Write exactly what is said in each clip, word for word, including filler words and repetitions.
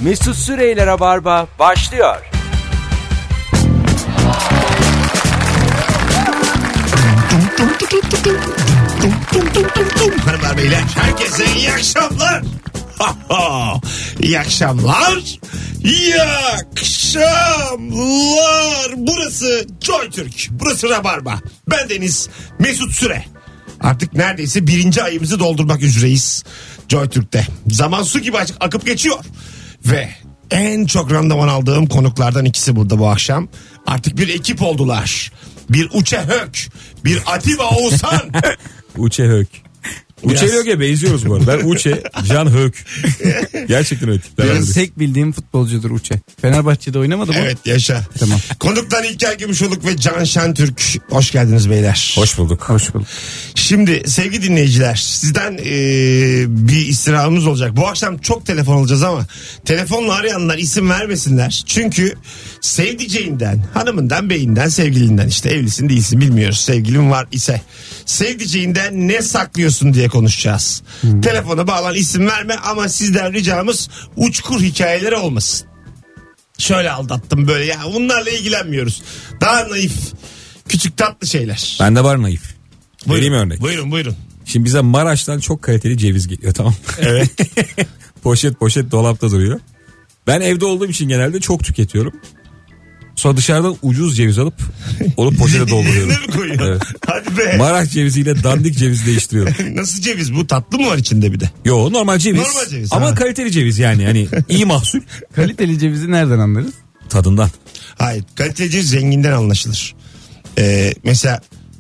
Mesut Süreyler'e barba başlıyor. Hanımlar beyler herkese iyi akşamlar. İyi akşamlar. İyi akşamlar. Burası JoyTürk. Burası Rabarba. Ben Deniz Mesut Süre. Artık neredeyse birinci ayımızı doldurmak üzereyiz JoyTürk'te. Zaman su gibi akıp geçiyor. Ve en çok randıman aldığım konuklardan ikisi burada bu akşam. Artık bir ekip oldular. Bir Uçe Hök, bir Atiba Oğuzhan. Uçe Hök. Uçe Hök'e benziyoruz bu arada. Ben Uçe, Can Hök. Gerçekten öyle tipler. Benim tek bildiğim futbolcudur Uçe. Fenerbahçe'de oynamadı mı? Evet, yaşa. Tamam. Konuklar İlker Gümüşoluk ve Can Şentürk. Hoş geldiniz beyler. Hoş bulduk. Hoş bulduk. Şimdi sevgili dinleyiciler, sizden ee, bir istirhamımız olacak. Bu akşam çok telefon alacağız ama telefonla arayanlar isim vermesinler. Çünkü sevdiceğinden, hanımından, beyinden, sevgilinden, işte evlisin değilsin bilmiyoruz. Sevgilin var ise sevdiceğinden ne saklıyorsun diye konuşacağız. Hmm. Telefona bağlan, isim verme ama sizden ricamız uçkur hikayeleri olmasın. Şöyle aldattım böyle ya, bunlarla ilgilenmiyoruz. Daha naif, küçük tatlı şeyler. Bende var naif. Buyurun, vereyim örnek. Buyurun buyurun. Şimdi bize Maraş'tan çok kaliteli ceviz geliyor, tamam. Evet. Poşet poşet dolapta duruyor. Ben evde olduğum için genelde çok tüketiyorum. Sonra dışarıdan ucuz ceviz alıp onu poşete dolduruyorum. Yerine mi koyuyor? Evet. Hadi be. Maraş ceviziyle dandik ceviz değiştiriyorum. Nasıl ceviz bu? Tatlı mı var içinde bir de? Yo, normal ceviz. Normal ceviz. Ama ha. kaliteli ceviz yani. Hani iyi mahsul. Kaliteli cevizi nereden anlarız? Tadından. Hayır, kaliteli ceviz zenginden anlaşılır. Ee, mesela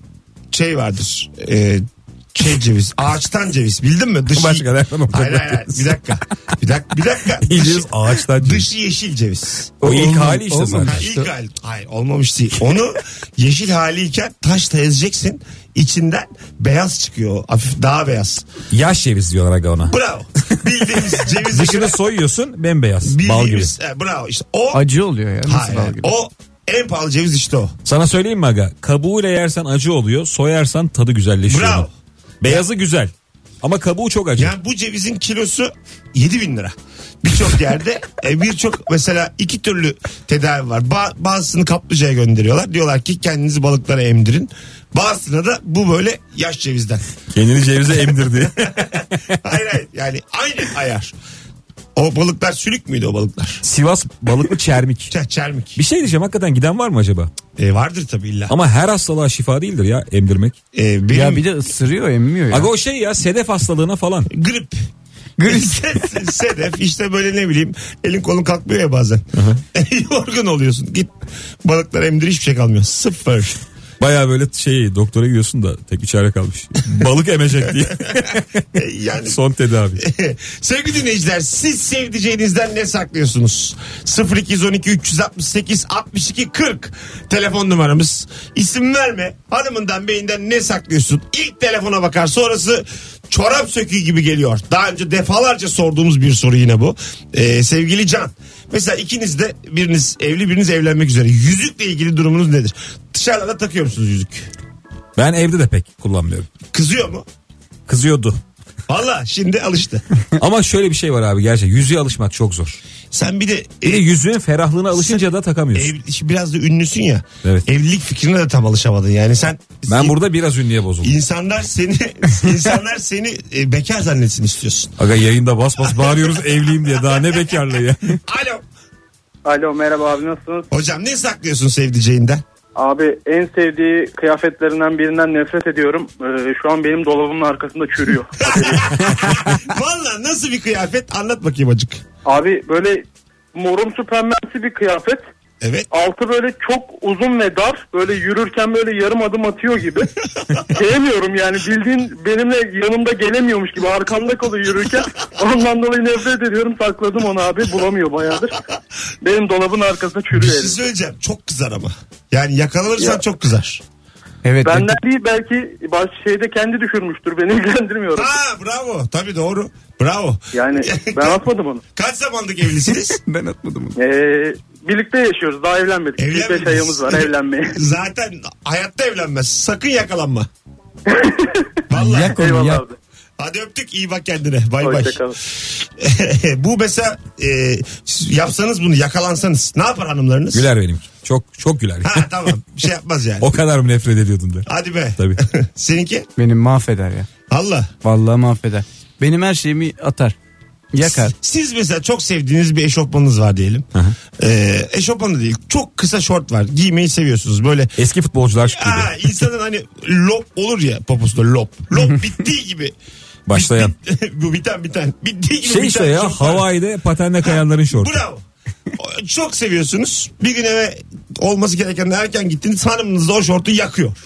şey vardır. E, şey ceviz, ağaçtan ceviz, bildin mi? Dışı... Başka nereden olacak? Hayır hayır, hayır. Bir dakika. Bir dakika. Bir dakika. Dışı... ağaçtan ceviz. Dışı yeşil ceviz. O, o ilk olmam, hali işte zaten. Ha, ilk hali. Hayır, olmamış değil. Onu yeşil haliyken taşla ezeceksin. İçinden beyaz çıkıyor. Hafif daha beyaz. Yaş ceviz diyorlar aga ona. Bravo. Bildiğimiz ceviz. Dışını soyuyorsun bembeyaz. Bal gibi. E, bravo işte o. Acı oluyor ya. Nasıl hayır, bal gibi? o en pahalı ceviz işte o. Sana söyleyeyim mi aga? Kabuğuyla yersen acı oluyor. Soyarsan tadı güzelleşiyor. Bravo. Beyazı ya, güzel. Ama kabuğu çok acı. Yani bu cevizin kilosu yedi bin lira. Birçok yerde e, birçok mesela iki türlü tedavi var. Ba- bazısını kaplıcaya gönderiyorlar. Diyorlar ki kendinizi balıklara emdirin. Bazısına da bu böyle yaş cevizden. Kendini cevize emdirdi. Hayır hayır, yani aynı ayar. O balıklar sülük müydü o balıklar? Sivas balıklı çermik. Ç- çermik. Bir şey diyeceğim, hakikaten giden var mı acaba? E, vardır tabii illa. Ama her hastalığa şifa değildir ya emdirmek. E, benim... Ya bir de ısırıyor, emmiyor ya. Aga o şey ya, sedef hastalığına falan. Grip. Grip. Sedef işte, böyle ne bileyim, elin kolun kalkmıyor ya bazen. Yorgun oluyorsun. Git balıklara emdir, hiçbir şey kalmıyor. Sıfır. Baya böyle şey, doktora gidiyorsun da tek bir çare kalmış. Balık emecek diye. Yani son tedavi. Sevgili dinleyiciler, siz sevdiceğinizden ne saklıyorsunuz? sıfır iki on iki üç altı sekiz altmış iki kırk telefon numaramız. İsim verme, hanımından beyinden ne saklıyorsun? İlk telefona bakar, sonrası çorap söküğü gibi geliyor. Daha önce defalarca sorduğumuz bir soru yine bu. Ee, sevgili Can, mesela ikiniz de, biriniz evli biriniz evlenmek üzere, yüzükle ilgili durumunuz nedir? Dışarıda takıyor musunuz yüzük? Ben evde de pek kullanmıyorum. Kızıyor mu? Kızıyordu. Valla şimdi alıştı. Ama şöyle bir şey var abi, gerçekten yüzüğe alışmak çok zor. Sen bir de, bir de yüzüğün ferahlığına alışınca da takamıyorsun. Ev, biraz da ünlüsün ya. Evet. Evlilik fikrine de tam alışamadın. Yani sen, ben sen, burada biraz ünlüye bozuldum. İnsanlar seni insanlar seni e, bekar zannetsin istiyorsun. Aga yayında bas bas bağırıyoruz evliyim diye, daha ne bekarlığı ya. Alo. Alo, merhaba abi, nasılsınız? Hocam ne saklıyorsun sevdiceğinden? Abi en sevdiği kıyafetlerinden birinden nefret ediyorum. Ee, şu an benim dolabımın arkasında çürüyor. Valla nasıl bir kıyafet? Anlat bakayım acık. Abi böyle morumsu pembemsi bir kıyafet. Evet. Altı böyle çok uzun ve dar. Böyle yürürken böyle yarım adım atıyor gibi. Sevmiyorum yani, bildiğin benimle yanımda gelemiyormuş gibi arkamda kalıyor yürürken. Ondan dolayı nefret ediyorum. Sakladım onu abi, bulamıyor bayağıdır. Benim dolabın arkasında çürüyor. Bir şey söyleyeceğim, çok kızar ama. Yani yakalanırsan ya, çok kızar. Evet. Benden değil, belki baş şeyde kendi düşürmüştür, beni ilgilendirmiyor. Ha bravo, tabii doğru. Bravo. Yani ben atmadım onu. Kaç zamanlık evlisiniz? Ben atmadım onu. Ee, birlikte yaşıyoruz, daha evlenmedik. Bir beş ayımız var evlenmeye. Zaten hayatta evlenmez. Sakın yakalanma. Vallahi. Yak onu, yak. Hadi öptük, iyi bak kendine. Bay bay. Hoşçakalın. Bu mesela e, yapsanız bunu, yakalansanız ne yapar hanımlarınız? Güler benim. Çok çok güler. Ha tamam, bir şey yapmaz yani. O kadar mı nefret ediyordun der. Hadi be. Tabii. Seninki? Benim mahveder ya. Allah. Vallahi mahveder. Benim her şeyimi atar. Yakar. Siz mesela çok sevdiğiniz bir eşofmanınız var diyelim. Ee, eşofman da değil, çok kısa şort var. Giymeyi seviyorsunuz böyle. Eski futbolcular çıkıyordu. Aa, insanın hani lop olur ya poposunda, lop. Lop bittiği gibi. Başlayan. Bu biten biten. Bittiği gibi Şey biten işte ya, şortlar. Hawaii'de patenle kayanların şortu. Bravo. Çok seviyorsunuz. Bir gün eve olması gereken erken gittiniz, hanımınız da o şortu yakıyor.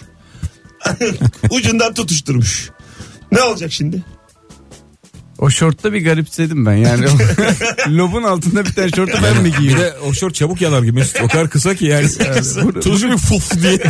Ucundan tutuşturmuş. Ne olacak şimdi? O şortta bir garipsedim ben yani. Lobun altında bir tane şortu ben mi Bir giyeyim? de o şort çabuk yanar gibi. O kadar kısa ki yani. Tutuşu bir fuf diye.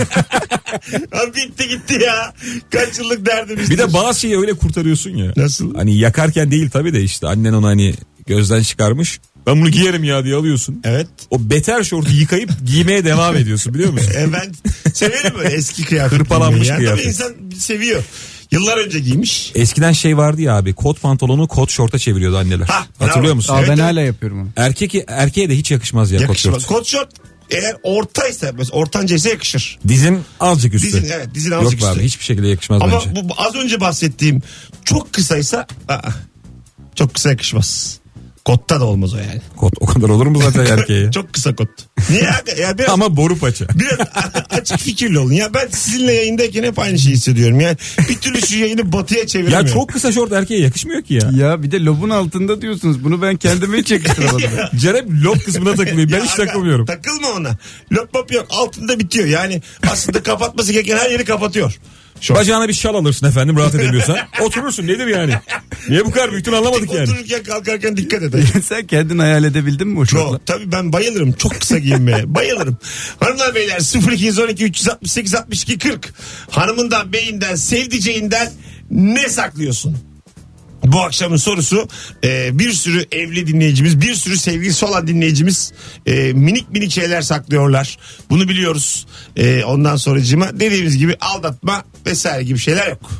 Abi bitti gitti ya. Kaç yıllık derdimiz. Bir de bazı şeyi öyle kurtarıyorsun ya. Nasıl? Hani yakarken değil tabii de işte annen onu hani gözden çıkarmış. Ben bunu giyerim ya diye alıyorsun. Evet. O beter şortu yıkayıp giymeye devam ediyorsun, biliyor musun? E ben severim böyle eski kıyafet. Hırpalanmış giymeyi ya. kıyafet. Tabii insan seviyor. Yıllar önce giymiş. Eskiden şey vardı ya abi, kot pantolonu kot şorta çeviriyordu anneler. Ha, Hatırlıyor bravo. musun? Aa, Evet, ben evet. hala yapıyorum onu. Erkek erkeğe de hiç yakışmaz ya Yakışmaz. kot şort. Kot şort eğer ortaysa, mesela ortancaysa yakışır. Dizin azıcık üstü. Dizin, evet, dizin Yok azıcık be abi, üstü. hiçbir şekilde yakışmaz Ama bence. bu az önce bahsettiğim çok kısaysa aa, çok kısa yakışmaz. Kotta da olmaz o yani. Kot o kadar olur mu zaten erkeğe? Çok kısa kot. Niye? Ya biraz, Ama boru paça. biraz açık fikirli olun. Ya ben sizinle yayındayken hep aynı şeyi hissediyorum. Yani bir türlü şu yayını batıya çeviremiyorum. Ya çok kısa şort erkeğe yakışmıyor ki ya. Ya bir de lobun altında diyorsunuz. Bunu ben kendime hiç yakıştıramadım. Cerem lob kısmına takılıyor. Ben Ya hiç aga, takılmıyorum. Takılma ona. Lop lop yok. Altında bitiyor. Yani aslında kapatması gereken her yeri kapatıyor. Şu an. Bacağına bir şal alırsın efendim, rahat edemiyorsan. Oturursun, nedir yani? Niye bu kadar büyüktün anlamadık yani. Otururken kalkarken dikkat et. Sen kendin hayal edebildin mi o şortla? Çok, tabii ben bayılırım. Çok kısa giyinmeye. Bayılırım. Hanımlar beyler sıfır iki on iki üç altı sekiz altmış iki kırk. Hanımından, beyinden, sevdiceğinden ne saklıyorsun? Bu akşamın sorusu, e, bir sürü evli dinleyicimiz, bir sürü sevgilisi olan dinleyicimiz e, minik minik şeyler saklıyorlar. Bunu biliyoruz. E, ondan sonracığıma dediğimiz gibi aldatma vesaire gibi şeyler yok.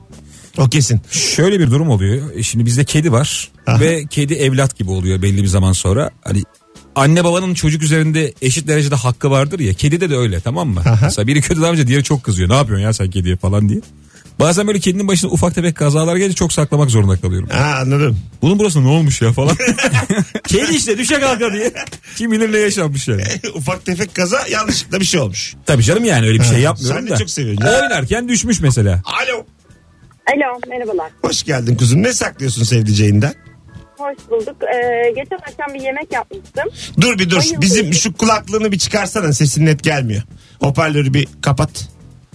O kesin. Şöyle bir durum oluyor. E, Şimdi bizde kedi var. Aha. Ve kedi evlat gibi oluyor belli bir zaman sonra. Hani anne babanın çocuk üzerinde eşit derecede hakkı vardır ya. Kedide de öyle, tamam mı? Aha. Mesela biri kötü davranınca diğeri çok kızıyor. Ne yapıyorsun ya sen kediye falan diye. Bazen böyle kedinin başına ufak tefek kazalar gelince çok saklamak zorunda kalıyorum. Ha, anladım. Bunun burası ne olmuş ya falan. Kedi işte düşe kalka diye. Kim bilir ne yaşanmış yani. Ufak tefek kaza, yanlışlıkla bir şey olmuş. Tabii canım, yani öyle bir şey Ha, yapmıyorum sen de da. çok seviyorsun. Oynarken düşmüş mesela. Alo. Alo, merhabalar. Hoş geldin kuzum. Ne saklıyorsun sevdiceğinden? Hoş bulduk. Ee, geçen akşam bir yemek yapmıştım. Dur bir dur. Bayıldım. Bizim şu kulaklığını bir çıkarsana. Sesin net gelmiyor. Hoparlörü bir kapat.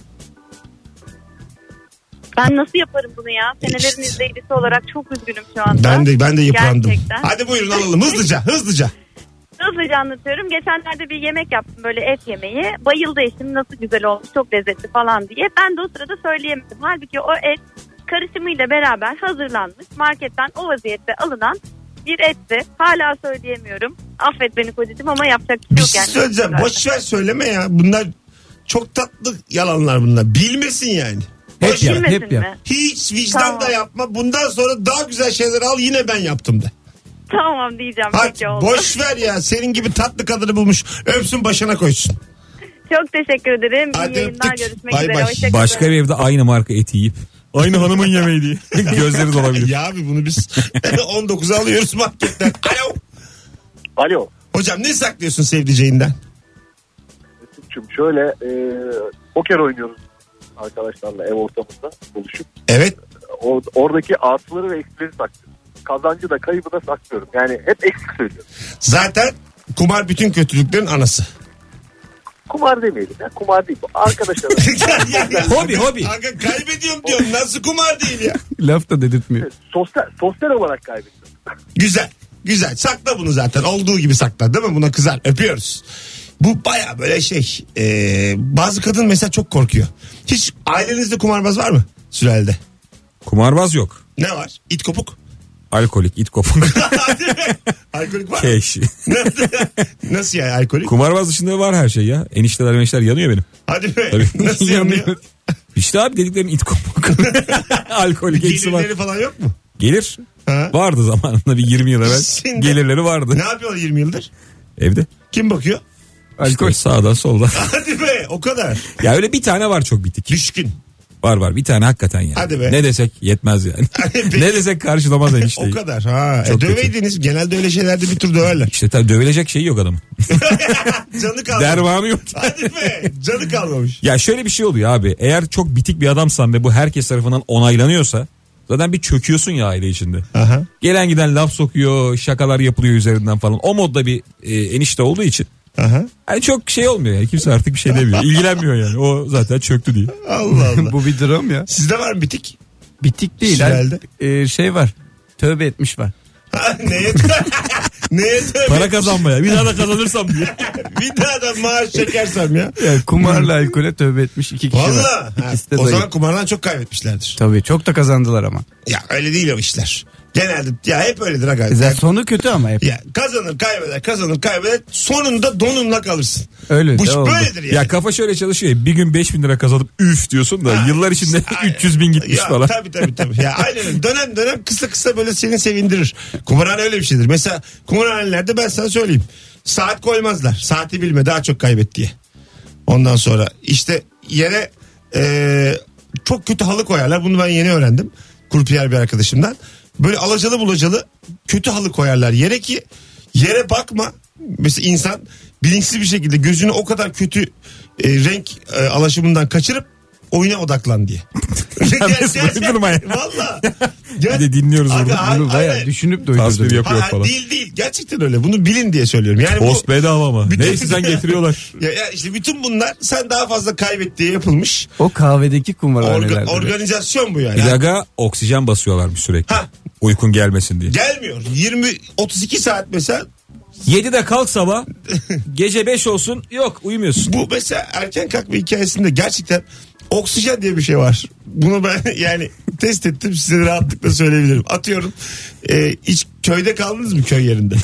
Ben nasıl yaparım bunu ya? Senelerin izleyicisi olarak çok üzgünüm şu anda. Ben de ben de yıprandım. Gerçekten. Hadi buyurun alalım hızlıca hızlıca. Hızlıca anlatıyorum. Geçenlerde bir yemek yaptım, böyle et yemeği. Bayıldı eşim, nasıl güzel olmuş, çok lezzetli falan diye. Ben de o sırada söyleyemedim. Halbuki o et karışımıyla beraber hazırlanmış, marketten o vaziyette alınan bir etti. Hala söyleyemiyorum. Affet beni kocacığım ama yapacak bir Bir şey yok şey yani. söyleyeceğim. Boş ver söyleme ya. Bunlar çok tatlı yalanlar bunlar. Bilmesin yani. Hep Boş yap, ver. Bilmesin hep yap. mi? Hiç vicdan Tamam. da yapma. Bundan sonra daha güzel şeyler al, yine ben yaptım de. Tamam diyeceğim. Hadi Peki oldu. boş ver ya. Senin gibi tatlı kadını bulmuş. Öpsün başına koysun. Çok teşekkür ederim. Hadi İyi yayınlar, öptük. görüşmek Bay üzere. bay. Hoşçakalın. Başka bir evde aynı marka eti yiyip aynı hanımın yemeği diye gözleri dolabilir. Ya abi bunu biz on dokuza alıyoruz marketten. Alo. Alo. Hocam ne saklıyorsun sevdiceğinden? Mesut'cum şöyle e, poker oynuyoruz arkadaşlarla ev ortamında buluşup. Evet. O, oradaki artıları ve eksileri saklıyorum. Kazancı da kaybı da saklıyorum. Yani hep eksik söylüyorum. Zaten kumar bütün kötülüklerin anası. Kumar demeyelim ya. Kumar değil. Arkadaşlar. Hobi, hobi. Aga kaybediyorum diyorum. Nasıl kumar değil ya? Laf da dedirtmiyor. sosyal, sosyal olarak kaybettim. Güzel. Güzel. Sakla bunu zaten. Olduğu gibi sakla değil mi? Buna kızar. Öpüyoruz. Bu baya böyle şey. E, bazı kadın mesela çok korkuyor. Hiç ailenizde kumarbaz var mı? Sülalede. Kumarbaz yok. Ne var? İt kopuk. Alkolik, it kopuk. Alkolik var mı? Keş. Nasıl yani alkolik? Kumarbaz dışında var her şey ya. Enişteler menişteler yanıyor benim. Hadi be. Tabii. Nasıl yanıyor? İşte abi dediklerin it kopmak. Alkolik eksi var. Gelirleri falan yok mu? Gelir. Ha? Vardı zamanında bir yirmi yıl evvel. Şimdi- Gelirleri vardı. Ne yapıyorlar yirmi yıldır? Evde. Kim bakıyor? Alkol. İşte sağdan soldan. Hadi be o kadar. Ya öyle bir tane var çok bitik. Düşkün. Var var bir tane hakikaten yani. Hadi be. Ne desek yetmez yani. Ne desek karşılamaz enişteyi. O kadar ha. Çok E, döveydiniz. Genelde öyle şeylerde bir tur döverler. İşte tabii dövülecek şeyi yok adamın. Canı kalmamış. Dermanı yok. Hadi be. Canı kalmamış. Ya şöyle bir şey oluyor abi. Eğer çok bitik bir adamsan ve bu herkes tarafından onaylanıyorsa zaten bir çöküyorsun ya aile içinde. Aha. Gelen giden laf sokuyor, şakalar yapılıyor üzerinden falan. O modda bir e, enişte olduğu için. Aha. Yani çok şey olmuyor ya. Kimse artık bir şey demiyor. İlgilenmiyor yani. O zaten çöktü diye. Allah Allah. Bu bir dram ya. Sizde var mı bitik? Bitik değil. Sürelde. Ee, şey var. Tövbe etmiş var. Ha, neye Neye tövbe? Para kazanmaya. Bir daha da kazanırsam diye. Bir daha da maaş çekersem ya. Yani kumarla alkole tövbe etmiş iki kişi var. Valla. İkisi de O dayı. zaman kumardan çok kaybetmişlerdir. Tabii çok da kazandılar ama. Ya öyle değil o işler. Genelde ya hep öyledir aga. Zaten sonu kötü ama hep. Ya kazanır kaybeder kazanır kaybeder sonunda donunla kalırsın. Öyle Bu de iş oldu. böyledir yani. Ya kafa şöyle çalışıyor. Ya, bir gün beş bin lira kazanıp üf diyorsun da Ha, yıllar içinde işte, üç yüz bin gitmiş ya, falan. Tabii tabii tabii. Ya aynen dönem dönem kısa kısa böyle seni sevindirir. Kumarhane öyle bir şeydir. Mesela kumarhanelerde ben sana söyleyeyim. Saat koymazlar. Saati bilme daha çok kaybet diye. Ondan sonra işte yere e, çok kötü halı koyarlar. Bunu ben yeni öğrendim. Kurpiyer bir arkadaşımdan. Böyle alacalı bulacalı kötü halı koyarlar yere ki yere bakma. Mesela insan bilinçsiz bir şekilde gözünü o kadar kötü e, renk e, alaşımından kaçırıp oyuna odaklan diye. Nasıl uydurma ya? Valla. Bir de dinliyoruz Aga, burada. hay- Bunu bayağı hayır. düşünüp de Tasvir uydurdu. yapıyor Ha, falan. değil değil. Gerçekten öyle. Bunu bilin diye söylüyorum. Yani Post bu, bedava ama. Bütün- Neyse sen getiriyorlar. ya, ya işte bütün bunlar sen daha fazla kaybet diye yapılmış. O kahvedeki Orga, kumarhanelerde. organizasyon bu yani. Bir aga oksijen basıyorlarmış sürekli. Ha. Uykun gelmesin diye. Gelmiyor. yirmi otuz iki saat mesela yedide kalk sabah. Gece beş olsun. Yok uyumuyorsun. bu mesela erken kalkma hikayesinde gerçekten oksijen diye bir şey var. Bunu ben yani test ettim size rahatlıkla söyleyebilirim. Atıyorum e, hiç köyde kaldınız mı köy yerinde?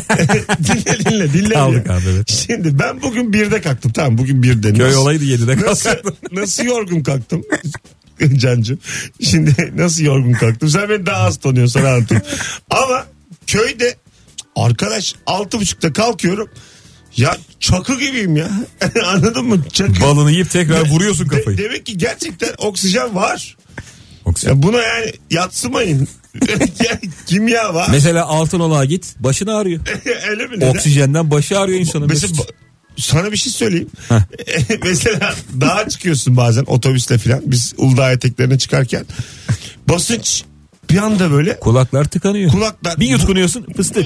dinle dinle dinle. Kaldık ya. abi, evet. Şimdi ben bugün birde kalktım tamam bugün birde. Köy Nasıl- olaydı yedide Nasıl, kalk. nasıl yorgun kalktım? Cancığım. Şimdi nasıl yorgun kalktım? Sen beni daha az tanıyorsun sana anlatayım. Ama köyde arkadaş altı buçukta kalkıyorum. Ya çakı gibiyim ya. Anladın mı? Çakı. Balını yiyip tekrar vuruyorsun kafayı. De- demek ki gerçekten oksijen var. Oksijen. Ya buna yani yatsımayın. Yani kimya var. Mesela Altınoluk'a git başını ağrıyor. Öyle mi? Neden? Oksijenden başı ağrıyor insanın. Mesela ba- sana bir şey söyleyeyim. Heh. Mesela dağa çıkıyorsun bazen otobüsle falan. Biz Uludağ eteklerine çıkarken. Basınç bir anda böyle Kulaklar tıkanıyor. kulaklar. Bir yutkunuyorsun fıstık.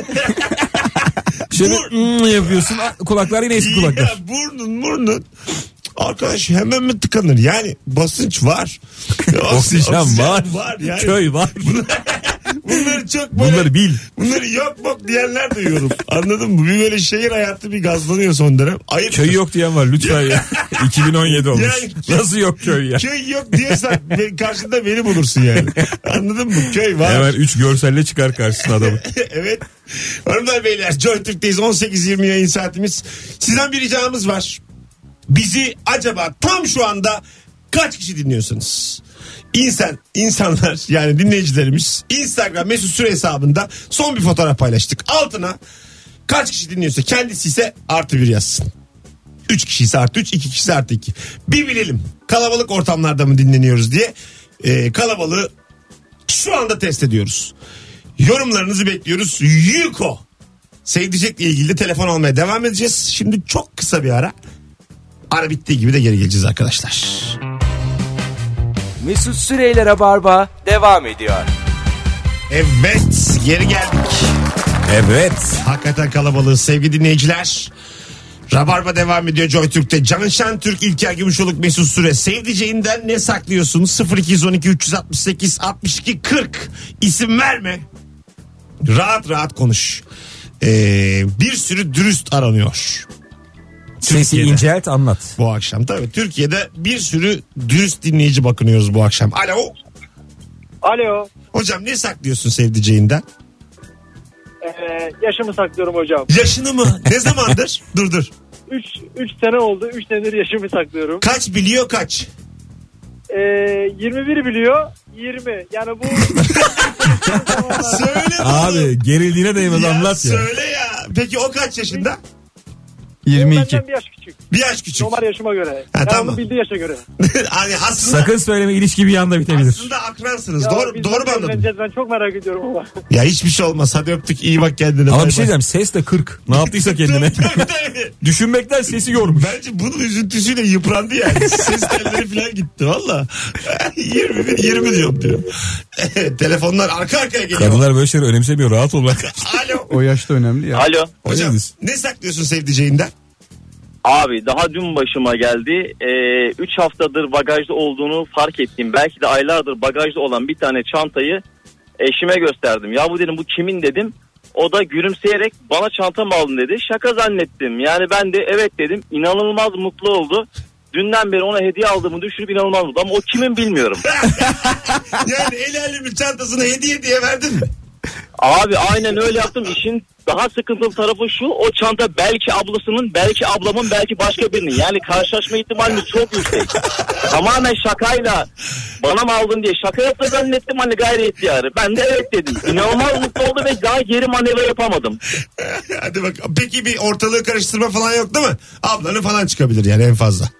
Şöyle Bur- hmm yapıyorsun kulaklar yine eski Ya, kulaklar. burnun burnun. Arkadaş hemen mi tıkanır? Yani basınç var. Oksijen var. var yani. Köy var. Bunları çok böyle. Bunları bil. Bunları yok bok diyenler duyuyorum. Anladın mı? Bir böyle şehir hayatı bir gazlanıyor son dönem. Ayıp. Köy yok diyen var lütfen ya. iki bin on yedi olmuş. Yani- Nasıl yok köy ya? Köy yok diyorsan be- karşında beni bulursun yani. Anladın mı? Köy var. Hemen üç görselle çıkar karşısına adamı. Evet. Hanımlar beyler Joy Türk'teyiz. on sekiz yirmi yayın saatimiz. Sizden bir ricamız var. Bizi acaba tam şu anda kaç kişi dinliyorsunuz? İnsan, insanlar yani dinleyicilerimiz Instagram Mesut Süre hesabında son bir fotoğraf paylaştık. Altına kaç kişi dinliyorsa kendisi ise artı bir yazsın. Üç kişi ise artı üç, iki kişi ise artı iki. Bir bilelim kalabalık ortamlarda mı dinleniyoruz diye e, kalabalığı şu anda test ediyoruz. Yorumlarınızı bekliyoruz. Yuko. Sevdicekle ilgili de telefon almaya devam edeceğiz. Şimdi çok kısa bir ara. Ara bittiği gibi de geri geleceğiz arkadaşlar. Mesut Süreyler'e barba devam ediyor. Evet geri geldik. Evet. Hakikaten kalabalığız sevgili dinleyiciler. Rabarba devam ediyor Joy Türk'te. Can Şentürk, İlker Gümüşoluk, Mesut Süre. Sevdiceğinden ne saklıyorsun? sıfır iki on iki üç altı sekiz altmış iki kırk İsim verme. Rahat rahat konuş. Ee, bir sürü dürüst aranıyor. Sesi Türkiye'de. incelt anlat. Bu akşam tabii Türkiye'de bir sürü dürüst dinleyici bakınıyoruz bu akşam. Alo. Alo. Hocam ne saklıyorsun sevdiceğinden? Ee, yaşımı saklıyorum hocam. Yaşını mı? Ne zamandır? dur dur. üç sene oldu. üç senedir yaşımı saklıyorum. Kaç biliyor kaç? e, yirmi bir biliyor. yirmi. Yani bu Söyle Abi oğlum. gerildiğine değmez Ya anlat ya. söyle ya. Peki o kaç yaşında? yirmi iki. benden bir yaş küçük. Bir yaş küçük. Normal yaşıma göre. Ha, yani tamam. onun bildiği yaşa göre. Hani aslında Sakın söyleme, ilişki bir anda bitebilir. aslında akransınız. Ya doğru biz doğru mu nasıl anladım? evleneceğiz? Ben çok merak ediyorum ama. Ya hiçbir şey olmaz. Hadi öptük. İyi bak kendine. Ama Bay bir şey bay. diyeceğim, ses de kırk. Ne yaptıysa kendine. Tabii, tabii. Düşünmekten sesi yormuş. Bence bunun üzüntüsüyle yıprandı yani. Ses telleri falan gitti valla. yirmi bir yirmi diyorum diyor. Telefonlar arka arkaya geliyor. Kadınlar böyle şeyleri önemsemiyor, rahat ol lan. Alo. O yaşta önemli ya. Alo. Hocam Öyle ne saklıyorsun sevdiceğinden? Abi daha dün başıma geldi. üç ee, haftadır bagajda olduğunu fark ettim. Belki de aylardır bagajda olan bir tane çantayı eşime gösterdim. Ya bu dedim, bu kimin dedim. O da gülümseyerek bana çanta mı aldın dedi. Şaka zannettim. Yani ben de evet dedim. İnanılmaz mutlu oldu. Dünden beri ona hediye aldığımı düşünüp inanılmaz mutlu. Ama o kimin bilmiyorum. Yani el alemin çantasını hediye diye verdin mi? Abi aynen öyle yaptım. İşin daha sıkıntılı tarafı şu: o çanta belki ablasının, belki ablamın, belki başka birinin. Yani karşılaşma ihtimalimiz çok yüksek. Tamamen şakayla bana mı aldın diye şaka yaptı zannettim, hani gayri ihtiyarı. Ben de evet dedim. İnanılmaz mutlu oldu ve daha geri manevra yapamadım. Hadi bak. Peki bir ortalığı karıştırma falan yok değil mi? Ablanı falan çıkabilir yani en fazla.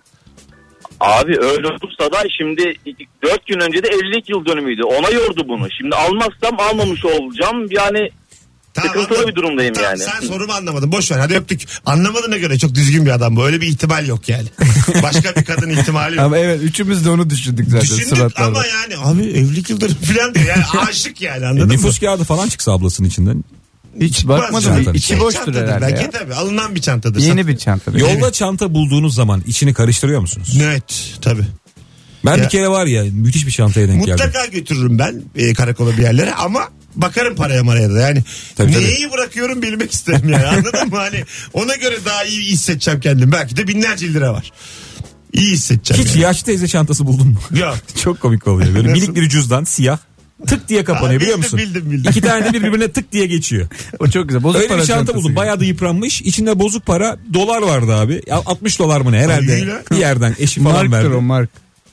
Abi öyle olursa da şimdi dört gün önce de evlilik yıl dönümüydü. Ona yordu bunu. Şimdi almazsam almamış olacağım. Yani Tamam, sıkıntılı anladım. bir durumdayım Tamam, yani. sen sorumu anlamadın. Boş ver. Hadi öptük. Anlamadığına göre çok düzgün bir adam bu. Öyle bir ihtimal yok yani. Başka bir kadın ihtimali yok. Ama evet, üçümüz de onu düşündük zaten. Düşündük suratlarda. ama yani abi evlilik yıldönümü falan diyor. Yani aşık yani, anladın E, mı? nüfus kağıdı falan çıksa ablasının içinden. Hiç Çıkmaz bakmadım. zaten. İçi Şey, boştur çantadır herhalde belki, ya. tabii alınan bir çantadır. Yeni bir çanta. Yolda çanta bulduğunuz zaman içini karıştırıyor musunuz? Evet tabii. Ben Ya. bir kere var ya, müthiş bir çantaya denk geldim. Mutlaka götürürüm ben e, karakola bir yerlere ama bakarım paraya maraya da yani. Tabii, neyi bırakıyorum bilmek isterim yani, anladın mı? Hani ona göre daha iyi hissedeceğim kendim. Belki de binlerce lira var. İyi hissedeceğim Hiç yani. yaşlı teyze çantası buldun mu? Yok. Çok komik oluyor. Böyle Nasıl? minik bir cüzdan, siyah. Tık diye kapanıyor, Aa, biliyor bildim, musun? bildim, bildim. İki tane de birbirine tık diye geçiyor. O çok güzel. Bozuk Öyle para bir çanta çantası buldum. gibi. Bayağı da yıpranmış. İçinde bozuk para, dolar vardı abi. Ya altmış dolar mı ne Ay, herhalde. iyi lan. Bir yerden eşi falan Marktır verdi. o, mark.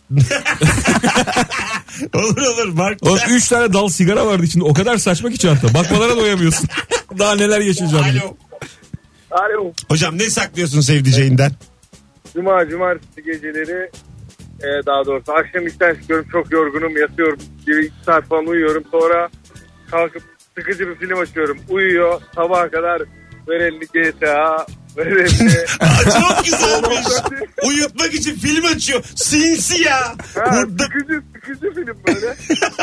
Olur olur Mark. O üç tane dal sigara vardı içinde. O kadar saçma ki çanta. Bakmalara doyamıyorsun. Daha neler yaşayacağım. Alo. Alo. Hocam ne saklıyorsun sevdiceğinden? Cuma, cumartesi geceleri e, daha doğrusu akşam işten çıkıyorum, çok yorgunum, yatıyorum. Bir iki saat falan uyuyorum. Sonra kalkıp sıkıcı bir film açıyorum. Uyuyor. Sabaha kadar verildi G T A. Verildi. Aa, çok güzelmiş. Uyutmak için film açıyor. Sinsi ya. Ha, Burada, sıkıcı, sıkıcı film böyle.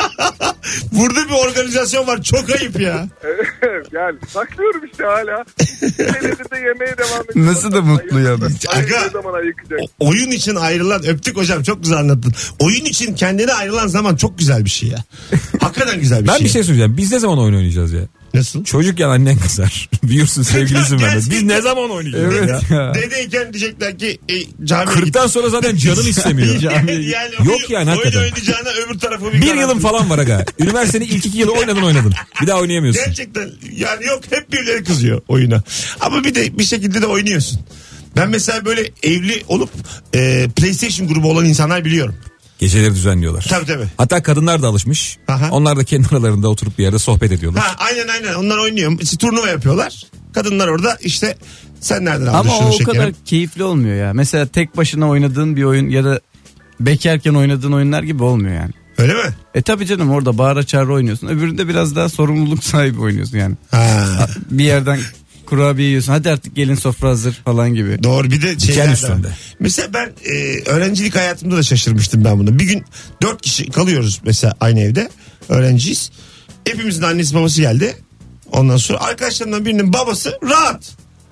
burada bir organizasyon var. Çok ayıp ya. Yani saklıyorum işte hala. Elinde de yemeğe devam ediyorum. Nasıl da mutlu ya. Ay, Aga. ne zaman ayıkacak? O- oyun için ayrılan, öptük hocam, çok güzel anlattın. Oyun için kendine ayrılan zaman çok güzel bir şey ya. Hakikaten güzel bir Ben şey. bir şey söyleyeceğim. Biz ne zaman oyun oynayacağız ya? Nasıl? Çocukken annen kızar. Büyürsün, sevgilisin bende. Biz Gerçekten. ne zaman oynayacağız? Evet ya? ya. Dedeyken diyecekler ki e, camiye git. kırktan sonra zaten canın istemiyor. yani, yani Yok oyun- yani, oyun hakikaten. oynayacağına öbür tarafı bir Bir karar yılın ver. falan var aga. Üniversitenin ilk iki yılı oynadın oynadın. Bir daha oynayamıyorsun. Gerçekten yani yok, hep birileri kızıyor oyuna. Ama bir de bir şekilde de oynuyorsun. Ben mesela böyle evli olup e, PlayStation grubu olan insanlar biliyorum. Geceleri düzenliyorlar. Tabii tabii. Hatta kadınlar da alışmış. Aha. Onlar da kendi aralarında oturup bir yerde sohbet ediyorlar. Ha, aynen aynen, onlar oynuyor. İşte turnuva yapıyorlar. Kadınlar orada işte sen nereden aldın Ama şunu o, o şekerim? kadar keyifli olmuyor ya. Mesela tek başına oynadığın bir oyun ya da bekarken oynadığın oyunlar gibi olmuyor yani. Öyle mi? E tabii canım, orada bağıra çağıra oynuyorsun. Öbüründe biraz daha sorumluluk sahibi oynuyorsun yani. Ha. Bir yerden kurabiye yiyorsun. Hadi artık gelin sofra hazır falan gibi. Doğru, bir de şeyler de var. üstünde. Mesela ben e, öğrencilik hayatımda da şaşırmıştım ben bunu. Bir gün dört kişi kalıyoruz mesela aynı evde. Öğrenciyiz. Hepimizin annesi babası geldi. Ondan sonra arkadaşlarımdan birinin babası rahat.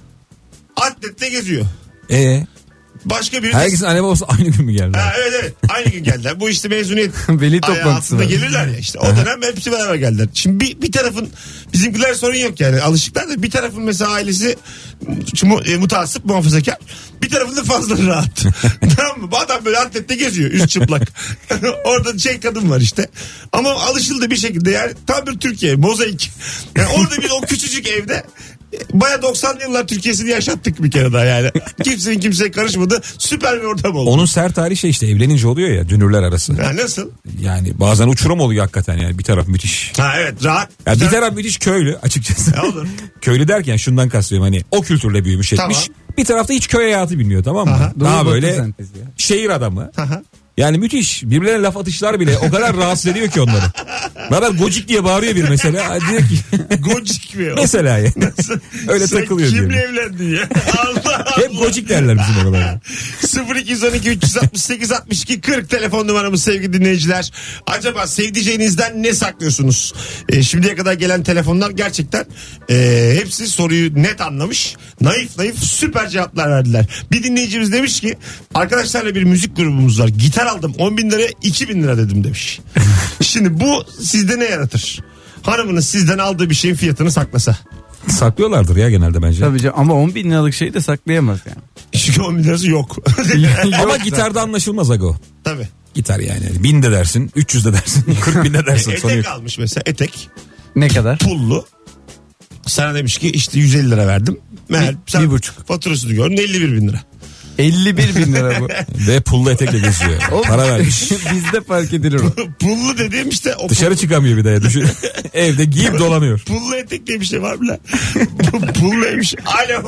Atletle geziyor. Ee, Başka biri... herkesin anne babası aynı gün mü geldi? Ha, evet evet, aynı gün geldiler. Bu işte mezuniyet Veli ayağı toplantısı altında var. gelirler ya işte. O dönem hepsi beraber geldiler. Şimdi bir, bir tarafın, bizimkiler sorun yok yani, alışıklar da, bir tarafın mesela ailesi mu, e, mutasip, muhafazakar. Bir tarafın da fazla rahat. Tamam mı? Bu adam böyle atlette geziyor üst çıplak. Orada şey kadın var işte. Ama alışıldı bir şekilde yani, tam bir Türkiye mozaik. Yani orada bir o küçücük evde Baya doksanlı yıllar Türkiye'sini yaşattık bir kere daha yani. Kimsenin kimseye karışmadı. Süper bir ortam oldu. Onun sert hali şey işte evlenince oluyor ya dünürler arası. Ha, nasıl? Yani bazen uçurum oluyor hakikaten yani bir taraf müthiş. Ha evet rahat. Ya Güzel. bir taraf müthiş köylü açıkçası. Ne olur. Köylü derken şundan kastediyorum hani o kültürle büyümüş etmiş. Tamam. Bir tarafta hiç köy hayatı bilmiyor tamam mı? Aha. Daha Doğru böyle batı sentezi ya. şehir adamı. Aha. Yani müthiş. Birbirlerine laf atışlar bile o kadar rahatsız ediyor ki onları. Naber gocik diye bağırıyor bir mesela. Diyor ki Gocik mi? mesela yani. Öyle Sen takılıyor diyor. kimle evlendin ya? Allah Allah. Hep gocik derler bizim oralarda. sıfır iki on iki üç altı sekiz altmış iki kırk telefon numaramız sevgili dinleyiciler. Acaba sevdiceğinizden ne saklıyorsunuz? E, şimdiye kadar gelen telefonlar gerçekten e, hepsi soruyu net anlamış. Naif naif süper cevaplar verdiler. Bir dinleyicimiz demiş ki arkadaşlarla bir müzik grubumuz var. Gitar aldım on bin liraya iki bin lira dedim demiş. Şimdi bu sizde ne yaratır? Hanımınız sizden aldığı bir şeyin fiyatını saklasa. Saklıyorlardır ya genelde bence. Tabii canım ama on bin liralık şeyi de saklayamaz yani. Çünkü on bin lirası yok. Ama gitarda anlaşılmaz aga o. Tabii. Gitar yani. Bin de dersin, üç yüz de dersin, kırk bin de dersin. E, Sonu etek yok. almış mesela etek. Ne kadar? Pullu. Sana demiş ki işte yüz elli lira verdim. Meğer Bir- sen bir buçuk. faturasını gördün elli bir bin lira. elli bir bin lira bu. Ve pullu etekle geziyor. O- Para vermiş. Bizde fark edilir o. Pullu dediğim işte o Dışarı çıkamıyor bir de ya. Düşün. Evde giyip dolanıyor. pullu etek diye bir şey var mı lan? Pulluymuş. Alo.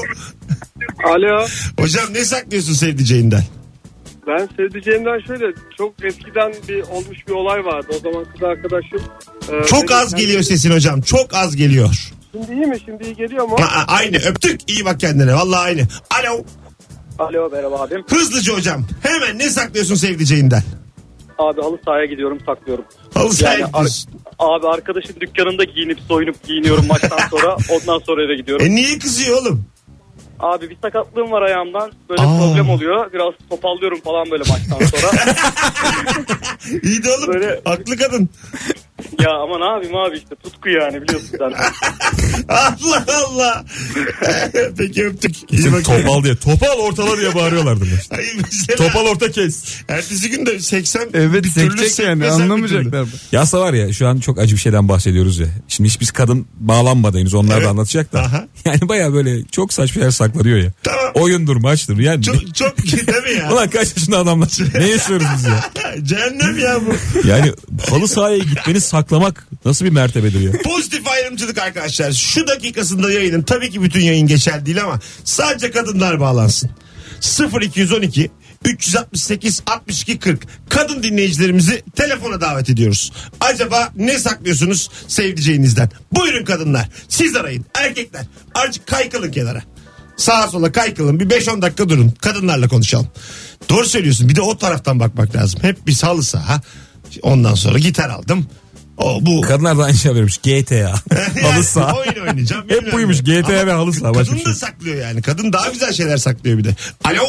Alo. Hocam ne saklıyorsun sevdiceğinden? Ben sevdiceğimden şöyle çok eskiden bir olmuş bir olay vardı. O zaman kız arkadaşım. e, Çok dedi, az sen- geliyor sesin hocam. Çok az geliyor. Şimdi iyi mi? Şimdi iyi geliyor mu? Aa, aynı öptük. İyi bak kendine. Vallahi aynı. Alo. Alo merhaba abim. Hızlıca hocam. Hemen ne saklıyorsun sevdiceğinden? Abi halı sahaya gidiyorum saklıyorum. Halı sahaya Yani gidiyorsun. Abi arkadaşın dükkanında giyinip soyunup giyiniyorum maçtan sonra. Ondan sonra eve gidiyorum. E niye kızıyor oğlum? Abi bir sakatlığım var ayağımdan. Böyle Aa. problem oluyor. Biraz topallıyorum falan böyle maçtan sonra. İyi de oğlum. Böyle- Haklı kadın. Ya ama ne yapayım abi işte tutku yani biliyorsun sen. Allah Allah. Peki öptük. İyi Şimdi bak. topal diye. Topal ortala diye bağırıyorlardı. işte. Hayır mesela. Topal orta kes. Ertesi gün de seksen Evet bir türlü sekecek yani sekmesen bir anlamayacaklar. türlü. Yasa var ya şu an çok acı bir şeyden bahsediyoruz ya. Şimdi hiç biz kadın bağlanmadı henüz onlar Evet. da anlatacak da. Aha. Yani baya böyle çok saçma şeyler saklanıyor ya. Tamam. Oyundur maçtır yani. Çok çok değil mi ya? Ulan kaç yaşında adamlar. Ne yaşıyoruz biz ya? Cehennem ya bu. Yani halı sahaya gitmeni saklamak nasıl bir mertebedir ya? Pozitif ayrımcılık arkadaşlar. Şu dakikasında yayının tabii ki bütün yayın geçerli değil ama sadece kadınlar bağlansın. sıfır iki on iki üç altı sekiz altmış iki kırk kadın dinleyicilerimizi telefona davet ediyoruz. Acaba ne saklıyorsunuz sevdiceğinizden? Buyurun kadınlar. Siz arayın. Erkekler azıcık kaykılın kenara. Sağa sola kaykılın. Bir beş on dakika durun. Kadınlarla konuşalım. Doğru söylüyorsun. Bir de o taraftan bakmak lazım. Hep bir halı saha. Ondan sonra gitar aldım. O bu. Kadınlar da aynı şey vermiş. G T A. Halı saha. Oyun oynayacağım. Hep bilmem buymuş, ne. G T A Ama ve halı saha, başka Kadın bir da şey. saklıyor yani. Kadın daha güzel şeyler saklıyor bir de. Alo.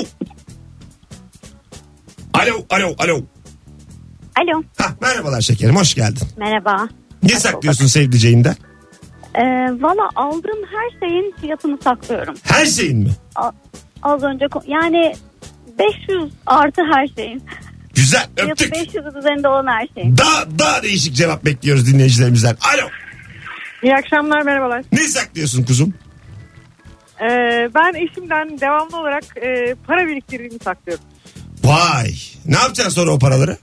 Alo, alo, alo. Alo. Hah, merhabalar şekerim, hoş geldin. Merhaba. Ne saklıyorsun sevdiceğinden? Ee, Valla aldığım her şeyin fiyatını saklıyorum. Her şeyin mi? A- az önce ko- yani beş yüz artı her şeyin. Güzel, Fiyatı öptük. beş yüzün üzerinde olan her şeyin. Daha, daha değişik cevap bekliyoruz dinleyicilerimizden. Alo. İyi akşamlar merhabalar. Ne saklıyorsun kuzum? Ee, ben eşimden devamlı olarak e, para biriktirdiğimi saklıyorum. Vay. Ne yapacaksın sonra o paraları?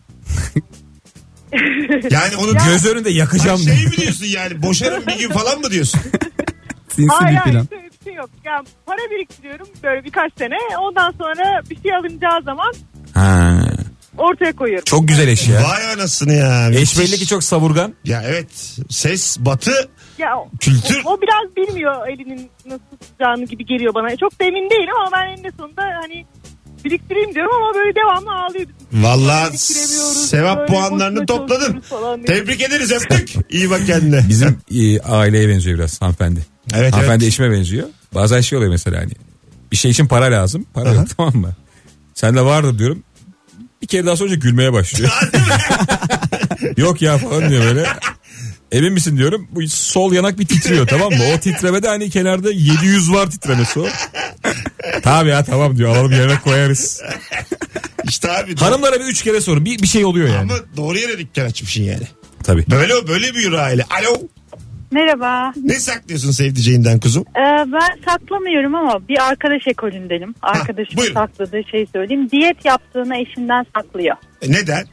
Yani onu Göz önünde yakacağım. Ha, şey mi diyorsun yani boşarım bir gün falan mı diyorsun? Sinsi Hayır bir hayır plan. öyle bir şey yok. Yani para biriktiriyorum böyle birkaç sene. Ondan sonra bir şey alınacağı zaman Ha. ortaya koyuyorum. Çok güzel eş ya. Vay anasını ya. Eş Müthiş. belli ki çok savurgan. Ya evet. Ses, batı, Ya, o, kültür. o biraz bilmiyor elinin nasıl tutacağını gibi geliyor bana. Çok da emin değilim ama ben eninde sonunda hani biriktireyim diyorum ama böyle devamlı ağlıyor. Vallahi Biriktiremiyoruz, sevap böyle puanlarını boşuna topladın. çalışıyoruz falan diye. Tebrik ederiz, öptük. İyi bak kendine. Bizim e, aileye benziyor biraz hanımefendi. Evet, Hanımefendi evet. eşime benziyor. Bazen şey oluyor mesela hani bir şey için para lazım. Para Aha. yok tamam mı? Sende vardır diyorum. Bir kere daha sonra gülmeye başlıyor. Yok ya falan diyor böyle. Emin misin diyorum. Bu sol yanak bir titriyor tamam mı? O titremede hani kenarda yedi yüz var titremesi o. Tabii ya tamam diyor alalım yerine koyarız. İşte abi. Hanımlara bir üç kere sorun. Bir, bir şey oluyor yani. Ama doğru yere dükkan açmışsın yani. Tabii. Böyle böyle büyür aile. Alo. Merhaba. Ne saklıyorsun sevdiceğinden kuzum? Ee, ben saklamıyorum ama bir arkadaş ekolündeyim. Arkadaşımın sakladığı şeyi söyleyeyim. Diyet yaptığını eşinden saklıyor. E, neden?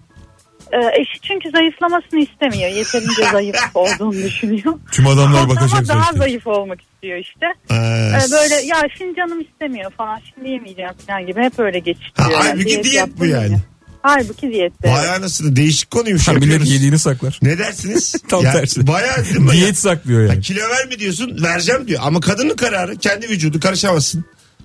Ee, eşi çünkü zayıflamasını istemiyor. Yeterince zayıf olduğunu düşünüyor. Tüm adamlar bakacak ama daha zaten. zayıf olmak istiyor işte. Ee, ee, böyle ya şimdi canım istemiyor falan. Şimdi yemeyeceğim falan gibi. Hep öyle geçiştiriyor. Ha, halbuki diyet, diyet bu yani. Ya. Halbuki diyette. Vay anasını, değişik konuymuş. Millet yediğini saklar. Ne dersiniz? Tam ya, tersi. Bayağı diyet saklıyor yani. Ya, kilo verme diyorsun, vereceğim diyor. Ama kadının kararı, kendi vücudu, karışamazsın.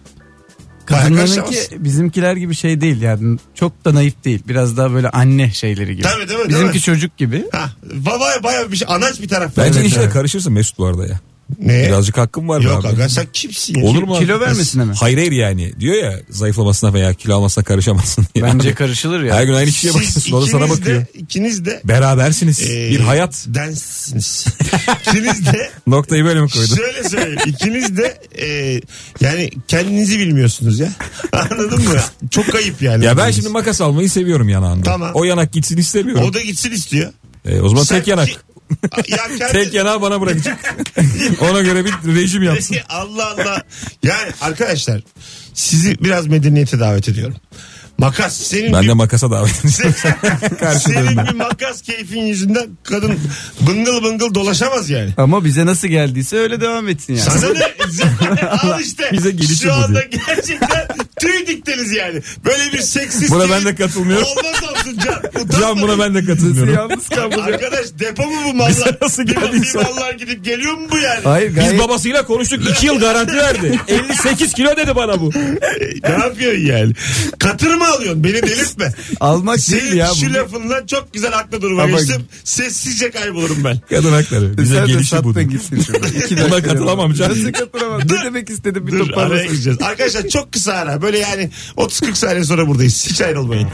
Kadınlarınki bizimkiler gibi şey değil yani, çok da naif değil, biraz daha böyle anne şeyleri gibi. Tabii değil mi? Bizimki değil mi? çocuk gibi. Ha, baya baya bir şey, anaç bir taraf. Bence evet, işe evet. karışırsın Mesut bu arada ya. Ne? Birazcık hakkım var. Yok abi. aga sen kimsin ya? Olur mu? Kilo vermesine mi? Hayır hayır yani. Diyor ya zayıflamasına veya kilo almasına karışamazsın diye. Bence karışılır ya. Her gün aynı kişiye bakıyorsun. O da sana bakıyor. De, ikiniz de. Berabersiniz. Ee, bir hayat. Densiniz. İkiniz de. Noktayı böyle mi koydun? Şöyle söyleyeyim. İkiniz de e, yani kendinizi bilmiyorsunuz ya. Anladın mı? Çok ayıp yani. Ya ben şimdi makas almayı seviyorum yanağında. Tamam. O yanak gitsin istemiyorum. O da gitsin istiyor. E, o zaman Sen tek yanak. Ki, ya kendi... Tek yanağı bana bırakacak. Ona göre bir rejim yapsın. Allah Allah. Yani arkadaşlar sizi biraz medeniyete davet ediyorum. Makas senin ben bir... de makasa davet ediyorum. Senin bir makas keyfin yüzünden kadın bıngıl bıngıl dolaşamaz yani. Ama bize nasıl geldiyse öyle devam etsin yani. Sana ne? Al işte. Bize gelişi Şu bu anda diyor. gerçekten tüy diktiniz yani. Böyle bir seksist. Buna ben de katılmıyorum. Olmaz olsun Can. Can buna ben de katılmıyorum. Yalnız kalmayacak. Arkadaş depo mu bu mallar? Bize nasıl Bir- geldiyse. Bir mallar gidip geliyor mu bu yani? Hayır, gayet... Biz babasıyla konuştuk. iki yıl garanti verdi. elli sekiz kilo dedi bana bu. Ne yapıyorsun yani? Katır mı alıyorsun? Beni delirtme. Almak Senin değil ya. şu Bu... lafından çok güzel haklı duruma Ama- geçtim. Sessizce kaybolurum ben. Kadın hakları. Bize Sen de gelişi bu. sattın gitsin şurada. İki Buna dakika katılamam ya. canım. Nasıl katılamam? Ne demek istedim bir Dur araya toparlasın. gireceğiz. Arkadaşlar çok kısa ara. Böyle yani otuz kırk saniye sonra buradayız. Hiç ayrılmayın.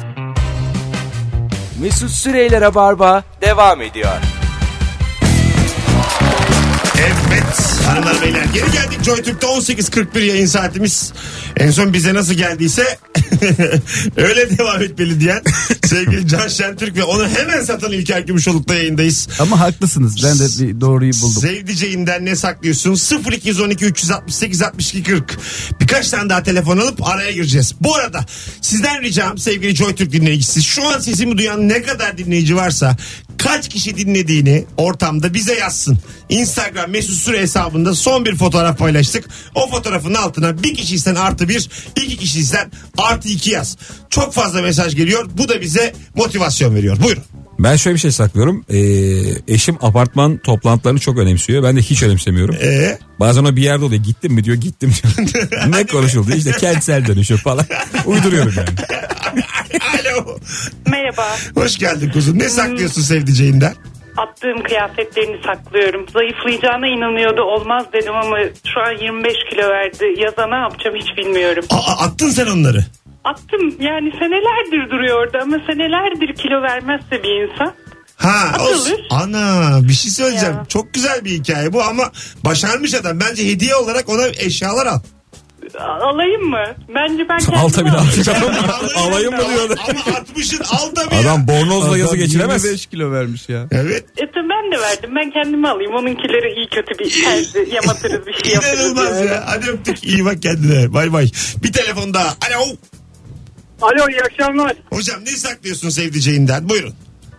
Mesut Süreyler'e barba devam ediyor. Evet hanımlar beyler geri geldik. JoyTürk'te on sekiz kırk bir yayın saatimiz. En son bize nasıl geldiyse öyle devam etmeli diyen sevgili Can Şentürk ve onu hemen satan İlker Gümüşoluk'ta yayındayız. Ama haklısınız, ben de bir doğruyu buldum. Sevdiceğinden ne saklıyorsun? sıfır iki on iki üç altı sekiz altmış iki kırk. Birkaç tane daha telefon alıp araya gireceğiz. Bu arada sizden ricam sevgili JoyTürk dinleyicisi, şu an sesimi duyan ne kadar dinleyici varsa kaç kişi dinlediğini ortamda bize yazsın. Instagram Mesut Süre hesabında son bir fotoğraf paylaştık. O fotoğrafın altına bir kişiysen artı bir, iki kişiysen artı iki yaz. Çok fazla mesaj geliyor. Bu da bize motivasyon veriyor. Buyurun. Ben şöyle bir şey saklıyorum. Ee, eşim apartman toplantılarını çok önemsiyor. Ben de hiç önemsemiyorum. Ee? Bazen o bir yerde oluyor. Gittim mi diyor, gittim diyor. Ne konuşuldu? İşte kentsel dönüşüm falan. Uyduruyorum yani. Alo. Merhaba. Hoş geldin kuzum. Ne saklıyorsun sevdiceğinden? Attığım kıyafetlerini saklıyorum. Zayıflayacağına inanıyordu, olmaz dedim ama şu an yirmi beş kilo verdi. Yaza ne yapacağım hiç bilmiyorum. Aa, attın sen onları. Attım yani, senelerdir duruyor orada ama senelerdir kilo vermezse bir insan. Ha, atılır. o, ana bir şey söyleyeceğim. Ya. Çok güzel bir hikaye bu ama başarmış adam. Bence hediye olarak ona eşyalar al. Alayım mı? Bence ben kendim Al tabii alayım. Alayım mı diyor. Ama altmışın al tabii. Adam bornozla Adam yazı geçiremez. yirmi beş kilo vermiş ya. Evet. E tabii ben de verdim. Ben kendime alayım. Onunkileri iyi kötü bir terzi yamatırız, bir şey yaparız. İnanılmaz yani. ya. Hadi öptük. İyi bak kendine. Bay bay. Bir telefon daha. Alo. Alo, iyi akşamlar. Hocam ne saklıyorsun sevdiceğinden? Buyurun.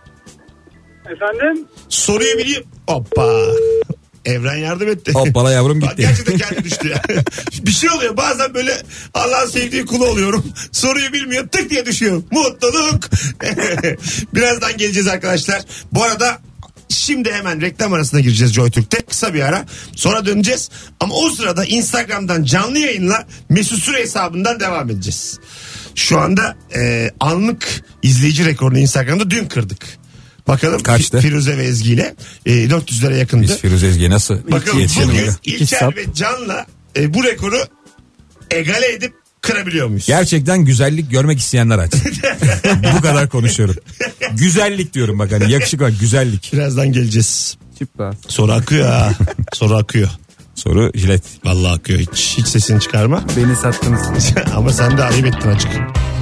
Efendim? Soruyu bileyim. Hoppa. Evren yardım etti. Hoppala yavrum Bak, gitti. gerçekten kendi düştü ya. Bir şey oluyor. Bazen böyle Allah'ın sevdiği kulu oluyorum. Soruyu bilmiyor. Tık diye düşüyor. Mutluluk. Birazdan geleceğiz arkadaşlar. Bu arada şimdi hemen reklam arasına gireceğiz JoyTürk'te. Kısa bir ara. Sonra döneceğiz. Ama o sırada Instagram'dan canlı yayınla Mesut Süre hesabından devam edeceğiz. Şu anda e, anlık izleyici rekorunu Instagram'da dün kırdık. Bakalım kaçtı? Firuze ve Ezgi ile e, dört yüzlere yakındı. Biz Firuze Ezgi'ye nasıl Bakalım yetişelim bugün oraya? İlker ve Can'la e, bu rekoru egale edip kırabiliyor muyuz? Gerçekten güzellik görmek isteyenler aç. Bu kadar konuşuyorum. Güzellik diyorum bak, hani yakışık var, güzellik. Birazdan geleceğiz. Çıpla. Soru akıyor ha. Soru akıyor. Soru jilet. Vallahi akıyor. Hiç, hiç sesini çıkarma. Beni sattınız. Ama sen de ayıp ettin açık.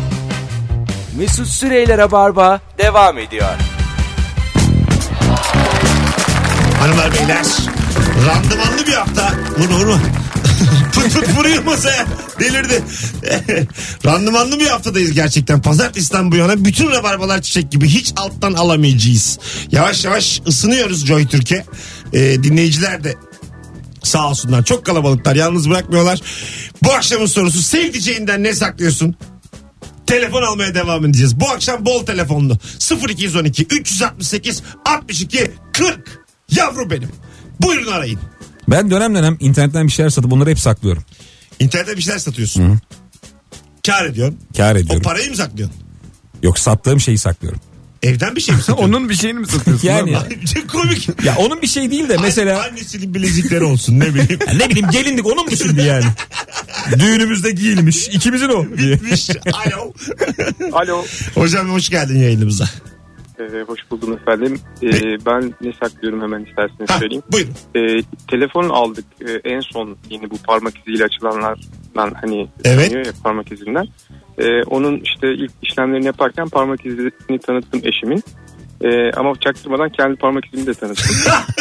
Mesut Süreyler'e barba devam ediyor. Hanımlar beyler, randımanlı bir hafta. Vurma vurma. Pıt pıt vuruyor masaya. Delirdi. Randımanlı bir haftadayız gerçekten. Pazartesiden bu yana bütün rabarbalar çiçek gibi, hiç alttan alamayacağız. Yavaş yavaş ısınıyoruz Joy Türkiye. Ee, dinleyiciler de sağ olsunlar, çok kalabalıklar, yalnız bırakmıyorlar. Bu akşamın sorusu, sevdiceğinden ne saklıyorsun? Telefon almaya devam edeceğiz. Bu akşam bol telefonlu. sıfır iki on iki üç altı sekiz altmış iki kırk. Yavru benim. Buyurun arayın. Ben dönem dönem internetten bir şeyler satıp bunları hep saklıyorum. İnternette bir şeyler satıyorsun. Hı. Kâr ediyorsun. Kâr ediyorum. O parayı mı saklıyorsun? Yok, sattığım şeyi saklıyorum. Evden bir şey mi satıyorsun? Onun bir şeyini mi satıyorsun? Yani. Çok komik. Ya onun bir şey değil de mesela. Annesinin bilezikleri olsun, ne bileyim. Ya ne bileyim, gelinlik onun mu şimdi yani? Düğünümüzde giyilmiş. İkimizin o. Bitmiş. Alo. Alo. Hocam hoş geldin yayınımıza. Ee, hoş buldum efendim. Ee, ben ne saklıyorum hemen isterseniz ha, söyleyeyim. Buyurun. Ee, telefon aldık. Ee, en son yeni bu parmak iziyle açılanlardan, hani evet. Ya, parmak izinden. Ee, onun işte ilk işlemlerini yaparken parmak izini tanıttım eşimin. Ee, ama çaktırmadan kendi parmak izimi de tanıttım.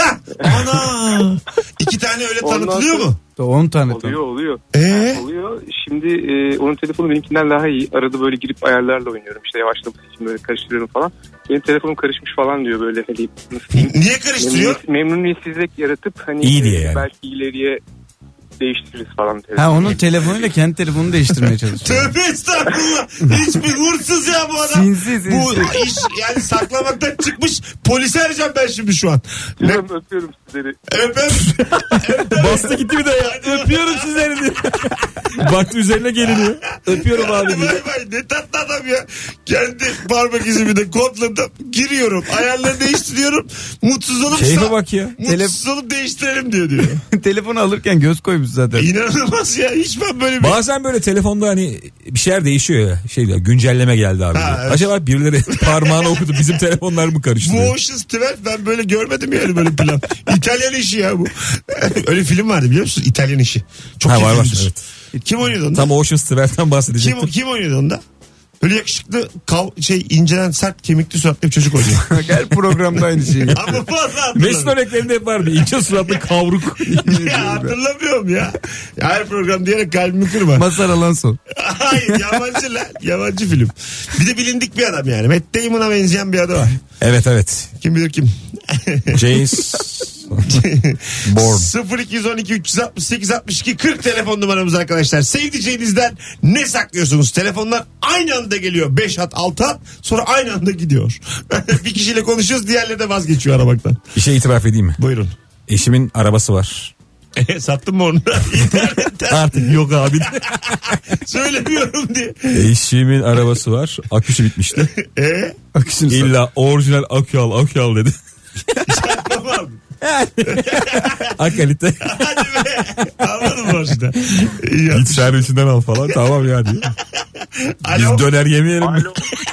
Ana! İki tane öyle tanıtılıyor mu? on tane oluyor oluyor. Ee? Oluyor. Şimdi e, onun telefonu benimkinden daha iyi. Arada böyle girip ayarlarla oynuyorum. İşte yavaşlaması için böyle karıştırıyorum falan. Benim telefonum karışmış falan diyor böyle. Hani, nasıl diyeyim? Niye karıştırıyor? Memnuniyet, memnuniyetsizlik yaratıp hani İyi diye yani. Belki ileriye değiştiririz falan. Ha, onun telefonuyla kendi telefonunu değiştirmeye çalışıyor. Tövbe estağfurullah. Hiçbir hırsız ya bu adam. Sinsi sinsi. Bu iş yani saklamaktan çıkmış. Polisi arayacağım ben şimdi şu an. Ne? Öpüyorum sizleri. Öpem. Bastı gitti bir de ya. Öpüyorum sizleri diye. Baktı üzerine geliniyor. Öpüyorum abi diye. Vay vay, ne tatlı adam ya. Kendi parmak izimi de kodladım. Giriyorum. Ayarları değiştiriyorum. Mutsuz olup keyfe bak ya. Mutsuz Tele- olup değiştirelim diyor diyor. Telefonu alırken göz koymuş zaten. İnanılmaz ya. Hiç ben böyle bir... Bazen böyle telefonda hani bir şeyler değişiyor ya. Şey diyor, güncelleme geldi abi. Ha, evet. Acaba birileri parmağını okudu. Bizim telefonlar mı karıştırıyor? Bu Ocean's Twelve, ben böyle görmedim yani böyle plan. İtalyan işi ya bu. Öyle film vardı biliyor musun? İtalyan işi. Çok ha, iyi var, var, filmdir. evet. Kim oynuyordu onda? Tam Ocean's Twelve'den bahsedecektim. Kim, kim oynuyordu onda? Böyle yakışıklı kav, şey incelen sert kemikli suratlı bir çocuk oynuyor. Her programda aynı şey. Ama fazla hatırlamıyorum. Mesut örneklerinde hep vardı. İnce suratlı kavruk. Ya hatırlamıyorum ya. ya. Her program diyerek kalbimi kırma. Mazhar Alonso. Hayır, yabancı lan. Yabancı film. Bir de bilindik bir adam yani. Matt Damon'a benzeyen bir adı var. Evet evet. Kim bilir kim? James Bourne. sıfır iki on iki üç altı sekiz altmış iki kırk telefon numaramız arkadaşlar. Sevdiceğinizden ne saklıyorsunuz? Telefonlar aynı anda geliyor. beş hat altı hat, sonra aynı anda gidiyor. Bir kişiyle konuşuyoruz, diğerleri de vazgeçiyor aramaktan. Bir şey itiraf edeyim mi? Buyurun. Eşimin arabası var. Sattın mı onu? Artık yok abi. Söylemiyorum diye. Eşimin arabası var. Aküsü bitmişti. Eee? İlla orijinal akü al akü al dedi. Tamam. Akalite. Hadi be. Anladın mı orijinal? Git servisinden al falan. Tamam ya diyor. Alo. Biz döner yemeyelim mi?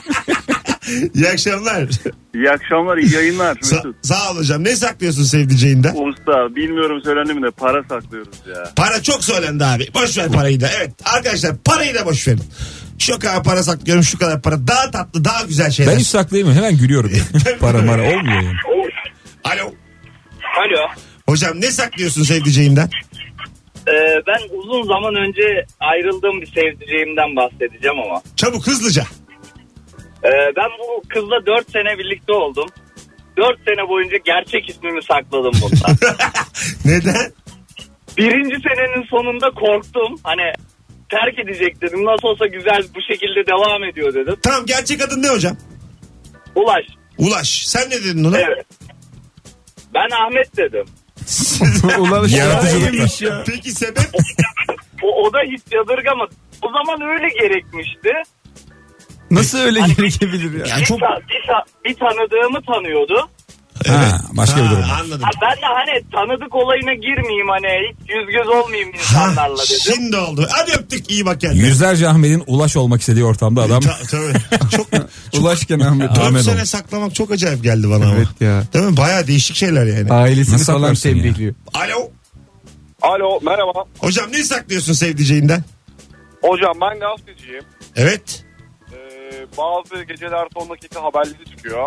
İyi akşamlar. İyi akşamlar, iyi yayınlar. Sa- sağ ol hocam. Ne saklıyorsun sevdiceğinden? Usta, bilmiyorum söylendi mi de para saklıyoruz ya. Para çok söylendi abi. Boş ver parayı da. Evet arkadaşlar, parayı da boş verin. Şu kadar para saklıyorum, şu kadar para. Daha tatlı, daha güzel şeyler. Ben hiç saklayayım, hemen gülüyorum. Para mara olmuyor yani. Alo. Alo. Hocam ne saklıyorsun sevdiceğinden? Ee, ben uzun zaman önce ayrıldığım bir sevdiceğimden bahsedeceğim ama. Çabuk, hızlıca. Ee, ben bu kızla dört sene birlikte oldum. dört sene boyunca gerçek ismimi sakladım bundan. Neden? Birinci senenin sonunda korktum. Hani terk edecek dedim. Nasıl olsa güzel bu şekilde devam ediyor dedim. Tamam, gerçek adın ne hocam? Ulaş. Ulaş. Sen ne dedin ona? Evet. Ben Ahmet dedim. Ulaş yaratıcılık ya. Peki sebep? O, o da hiç yadırgamadı. O zaman öyle gerekmişti. Nasıl öyle hani, gerekebilir ya? Yani çok... bir, bir, bir tanıdığımı tanıyordu. Evet. Ha, başka ha, bir durum. Anladım. Ha, ben de hani tanıdık olayına girmeyeyim, hani hiç yüz göz olmayayım insanlarla ha, dedim. Şimdi oldu. Hadi öptük, iyi bak kendine. Yüzlerce Ahmet'in Ulaş olmak istediği ortamda adam. Ta, tabii. Çok, çok Ulaşken Ahmet. dört sene oldu. Saklamak çok acayip geldi bana evet ama. ya. Değil mi? Bayağı değişik şeyler yani. Ailesini nasıl falan tembihliyor. Alo. Alo, merhaba. Hocam ne saklıyorsun sevdiceğinden? Hocam ben gazeteciyim. Evet. Ee, bazı geceler son dakika haberleri çıkıyor.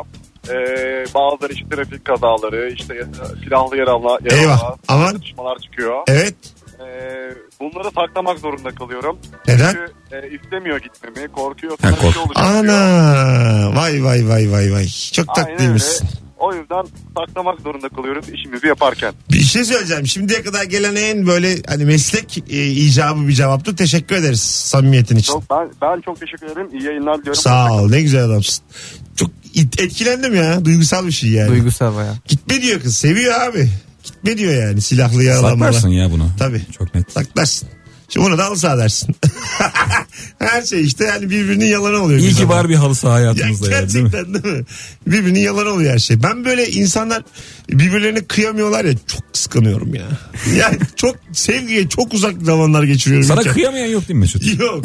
Ee, bazıları işte trafik kazaları, işte silahlı yaralı, Eyvah, aman. Çatışmalar çıkıyor. Evet. Ee, bunları saklamak zorunda kalıyorum. Neden? Çünkü e, istemiyor gitmemi, korkuyor. Ha, kork. Şey olacak Ana, diyor. vay vay vay vay vay. Çok Aynen tatlıymışsın. öyle. O yüzden saklamak zorunda kalıyoruz işimizi yaparken. Bir şey söyleyeceğim. Şimdiye kadar gelen en böyle hani meslek e, icabı bir cevaptı. Teşekkür ederiz samimiyetin için. Çok, ben, ben çok teşekkür ederim. İyi yayınlar diliyorum. Sağ ol. Ne güzel adamsın. Çok etkilendim ya. Duygusal bir şey yani. Duygusal baya. Gitme diyor kız. Seviyor abi. Gitme diyor yani silahlı yaralamalar. Saklarsın ya bunu. Tabii. Çok net. Saklarsın. Şimdi bunu da halı saha dersin. Her şey işte yani birbirinin yalanı oluyor. İyi ki zaman. var bir halı saha hayatımızda ya, ya, değil mi? gerçekten değil mi? Birbirinin yalanı oluyor her şey. Ben böyle insanlar birbirlerine kıyamıyorlar ya, çok kıskanıyorum ya. Yani çok sevgiye çok uzak zamanlar geçiriyorum. Sana İlker. kıyamayan yok değil mi Mesut? Yok.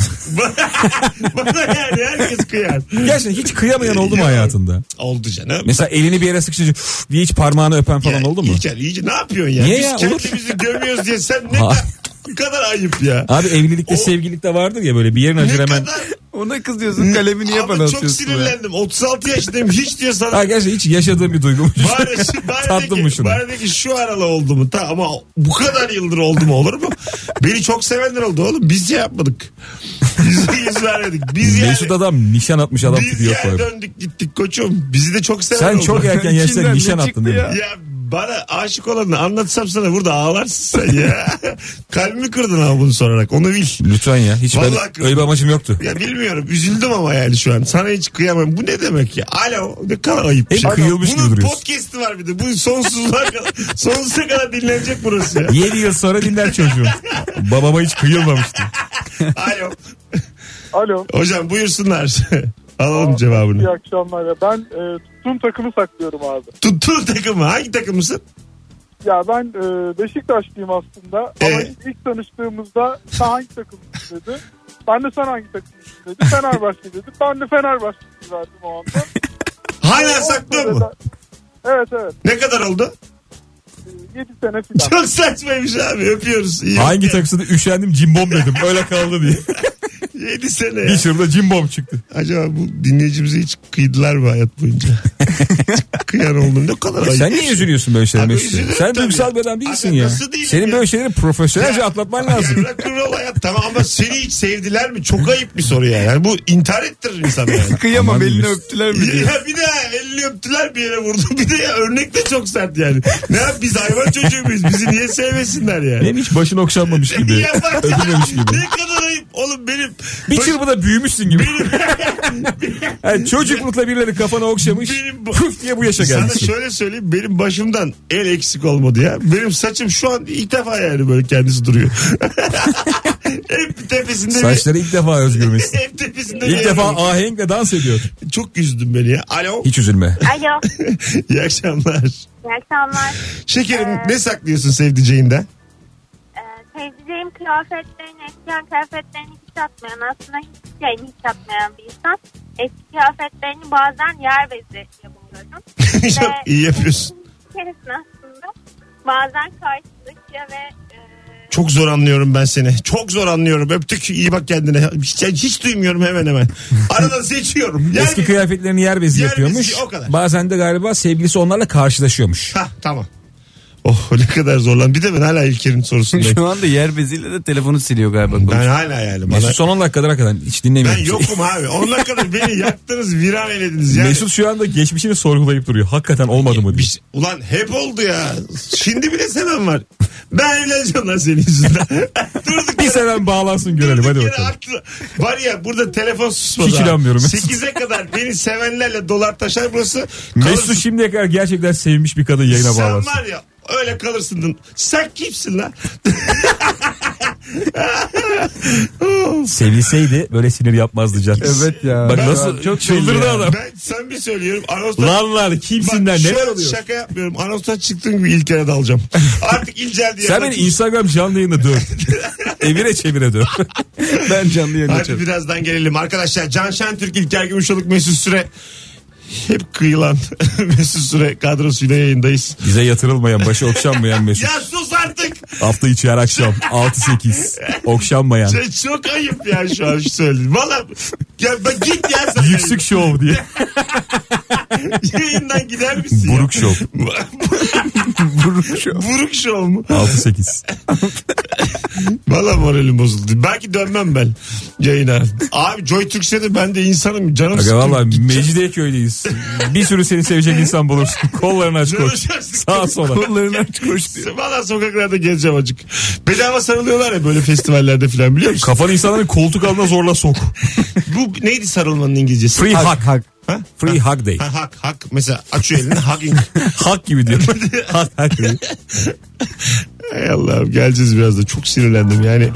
Bana yani herkes kıyar. Gerçekten hiç kıyamayan oldu mu hayatında? Oldu canım. Mesela elini bir yere sıkışınca diye hiç parmağını öpen falan ya, oldu mu? İlker iyice ne yapıyorsun ya? Niye Biz ya? kendimizi gömüyoruz diye sen ne Ha. kadar, ne kadar ayıp ya. Abi evlilikte O- sevgililikte vardır ya böyle bir yerin acır Ne hemen. kadar... Ona kızıyorsun, kalemi niye Abi bana çok atıyorsun ya? sinirlendim. otuz altı yaşındayım hiç diyor sana. Ha gerçekten hiç yaşadığım bir duygumuş. Bari, bari, Tattım de mı ki, şunu? bari de ki şu aralı oldu mu? Ta, ama bu kadar yıldır oldu mu olur mu? Beni çok sevenler oldu oğlum. Biz şey yapmadık. Biz yüz vermedik. Biz yani, Mesut adam nişan atmış adam biz tipi yok yani böyle. döndük gittik koçum. Bizi de çok seven Sen oldu. çok erken yaşta İçinden nişan ne attın çıktı değil mi? ya? Ya bana aşık olanı anlatsam sana burada ağlarsın sen ya. Kalbimi kırdın ama bunu sorarak. Onu bil. Lütfen ya. Hiç Vallahi ben, kırdım. öyle bir amacım yoktu. Ya bilmiyorum. Üzüldüm ama yani şu an. Sana hiç kıyamam. Bu ne demek ya? Alo. Ne kadar ayıp. Hep kıyılmış gibi Bunun duruyorsun. podcast'i var bir de. Bu sonsuzluğa kadar, sonsuza kadar dinlenecek burası ya. yedi yıl sonra dinler çocuğum. Babama hiç kıyılmamıştı. Alo. Alo. Hocam buyursunlar. Alalım cevabını. İyi akşamlar. Ya. Ben e, tuttuğum takımı saklıyorum abi. Tuttuğun takımı. Hangi takımısın? Ya ben e, Beşiktaşlıyım aslında. Ama Evet. ilk, ilk tanıştığımızda sen hangi takımısın dedi. Ben de sen hangi takımısın dedi. Fenerbahçe dedi. Ben de Fenerbahçe'yi verdim o anda. Hala O saklıyor sırada- mu? Evet evet. Ne kadar oldu? yedi sene falan. Çok saçmaymış abi. Öpüyoruz. İyi Hangi bak ya. takısında üşendim cimbom dedim. Öyle kaldı diye. yedi sene Bir ya. şurada cimbom çıktı. Acaba bu dinleyicimize hiç kıydılar mı hayat boyunca? Kıyan oldum. Ne kadar ayıp. Sen niye üzülüyorsun böyle şeylere Abi Mesut? üzülürüm Sen tabii. duygusal bir adam değilsin Abi ya. nasıl değilim Senin ya? böyle şeyleri profesyonelce Ya, atlatman ya lazım. rock'n'roll hayat tamam ama seni hiç sevdiler mi? Çok ayıp bir soru ya. Yani bu intihar ettirir insanı yani. Kıyamam, Aman elini Mesut. öptüler mi diye. Ya bir de elini öptüler bir yere vurdu. Bir de ya örnek de çok sert yani. Ne yap biz hayvan çocuğu muyuz? Bizi niye sevmesinler yani? Benim hiç başın okşanmamış gibi. Ya bak- Öpülmemiş gibi. Ne kadar ayıp. Oğlum benim... Bir çırpıda büyümüşsün gibi. Yani çocuklukla birileri kafana okşamış. Benim bu- Püf diye bu yaşa Sana gelmişsin. şöyle söyleyeyim. Benim başımdan el eksik olmadı ya. Benim saçım şu an ilk defa yani böyle kendisi duruyor. Hep tepesinde Saçları ilk defa özgür Mesut. Hep tepesinde İlk bir- defa ahenkle dans ediyor. Çok üzdün beni ya. Alo. Hiç üzülme. Alo. İyi akşamlar. İyi akşamlar. Şekerim Ee, ne saklıyorsun sevdiceğinden? Ee, sevdiceğim kıyafetlerini, eski kıyafetlerini hiç atmayan, aslında hiç şeyini hiç atmayan bir insan. Eski kıyafetlerini bazen yer bezi yapıyorum. Çok iyi yapıyorsun. İçerisinde aslında bazen karşılıklı ve e, Çok zor anlıyorum ben seni. Çok zor anlıyorum. Öptük. İyi bak kendine. Hiç, hiç duymuyorum hemen hemen. Arada seçiyorum. Yani, Eski kıyafetlerini yer bezi yer yapıyormuş. bezi, o kadar. Bazen de galiba sevgilisi onlarla karşılaşıyormuş. Hah tamam. Oh ne kadar zorlan. Bir de ben hala İlker'in sorusundayım. Şu anda yer beziyle de telefonu siliyor galiba. Ben hala yani. Bana... Mesut son on dakikadır hakikaten hiç dinlemiyorum. Ben yokum abi. on dakikadır beni yaktınız, viran elediniz. Yani... Mesut şu anda geçmişini sorgulayıp duruyor. Hakikaten olmadı mı diye. Bir- Ulan hep oldu ya. Şimdi bile seven var. Ben evleneceğim lan senin yüzünden. Durduk Bir yere- seven bağlansın görelim durduk hadi yere bakalım. aklı- Var ya burada telefon susmadı. Hiç ha. inanmıyorum Mesut. sekize kadar beni sevenlerle dolar taşar burası. Mesut Kalırsın. şimdiye kadar gerçekten sevmiş bir kadın yayına Sen bağlansın. var ya öyle kalırsın. Sen kimsin lan? Sevilseydi böyle sinir yapmazdı Can. Evet ya. Bak Ben- nasıl çok çıldırdı belli ya. adam. Ben sen bir söylüyorum. Anonstan... Lan lan kimsinden Bak, şu neler an oluyor? Şaka yapmıyorum. Anonstan çıktığım gibi ilk kere dalacağım. Artık İlker diye. Sen beni Instagram canlı yayında döv. Evire çevire döv. Ben canlı yayın Hadi açarım. birazdan gelelim. Arkadaşlar Can Şentürk, İlker Gümüşoluk, Mesut Süre. Hep kıyılan Mesut Süre kadrosuyla yayındayız. Bize yatırılmayan, başı okşanmayan Mesut. Ya sus artık. Hafta içi her akşam altı sekiz okşanmayan. Şey, çok ayıp ya şu an şu söyledim. Valla ya bak git ya sen. Yüksük şov diye. Yayından gider misin ya? Buruk Show. Buruk Show. Buruk Show mu? altı sekiz. Valla moralim bozuldu. Belki dönmem ben yayına. Abi Joy Türkçe'de ben de insanım. Canım Aga sıkıldı. valla Mecidiyeköy'deyiz. Bir sürü seni sevecek insan bulursun. Kollarını aç koş. Sağa sola. Kollarını aç koş diyor. Valla sokaklarda gezeceğim acık. Bedava sarılıyorlar ya böyle festivallerde falan, biliyor musun? Kafanı insanların koltuk altına zorla sok. Bu neydi sarılmanın İngilizcesi? Free hug. Hug. Ha? Free hug day. Ha, hug, hug. Mesela açıyor elini, hugging. Hug gibi diyor. Hug hug. Hay Allah'ım, geleceğiz biraz da. Çok sinirlendim yani.